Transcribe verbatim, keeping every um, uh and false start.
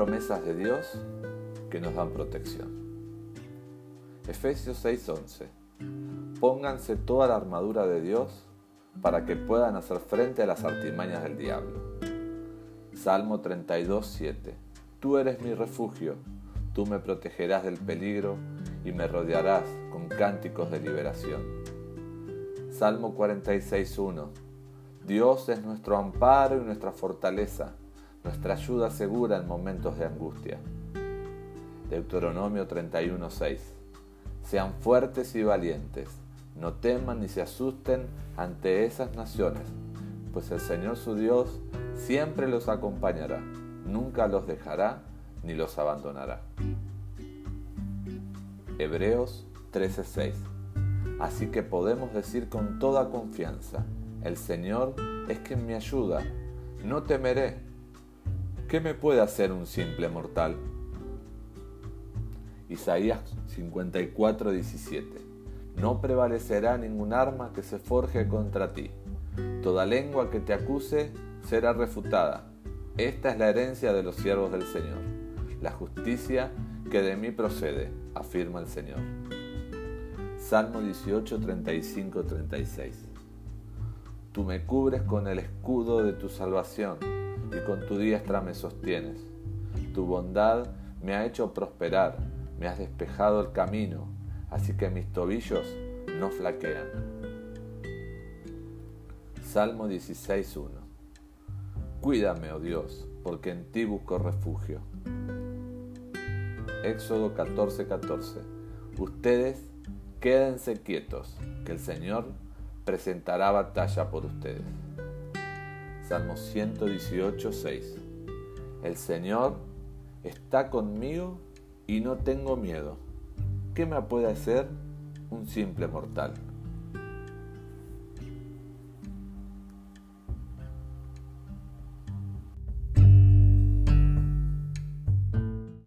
promesas de Dios que nos dan protección. Efesios seis once. Pónganse toda la armadura de Dios para que puedan hacer frente a las artimañas del diablo. Salmo treinta y dos siete. Tú eres mi refugio, tú me protegerás del peligro y me rodearás con cánticos de liberación. Salmo cuarenta y seis uno. Dios es nuestro amparo y nuestra fortaleza, nuestra ayuda segura en momentos de angustia. Deuteronomio treinta y uno seis. Sean fuertes y valientes, no teman ni se asusten ante esas naciones, pues el Señor su Dios siempre los acompañará, nunca los dejará ni los abandonará. Hebreos trece seis. Así que podemos decir con toda confianza, el Señor es quien me ayuda, no temeré. ¿Qué me puede hacer un simple mortal? Isaías cincuenta y cuatro diecisiete. No prevalecerá ningún arma que se forje contra ti. Toda lengua que te acuse será refutada. Esta es la herencia de los siervos del Señor, la justicia que de mí procede, afirma el Señor. Salmo dieciocho treinta y cinco treinta y seis. Tú me cubres con el escudo de tu salvación y con tu diestra me sostienes. Tu bondad me ha hecho prosperar, me has despejado el camino, así que mis tobillos no flaquean. Salmo dieciséis uno. Cuídame, oh Dios, porque en ti busco refugio. Éxodo catorce catorce. Ustedes quédense quietos, que el Señor presentará batalla por ustedes. Salmo ciento dieciocho seis. El Señor está conmigo y no tengo miedo. ¿Qué me puede hacer un simple mortal?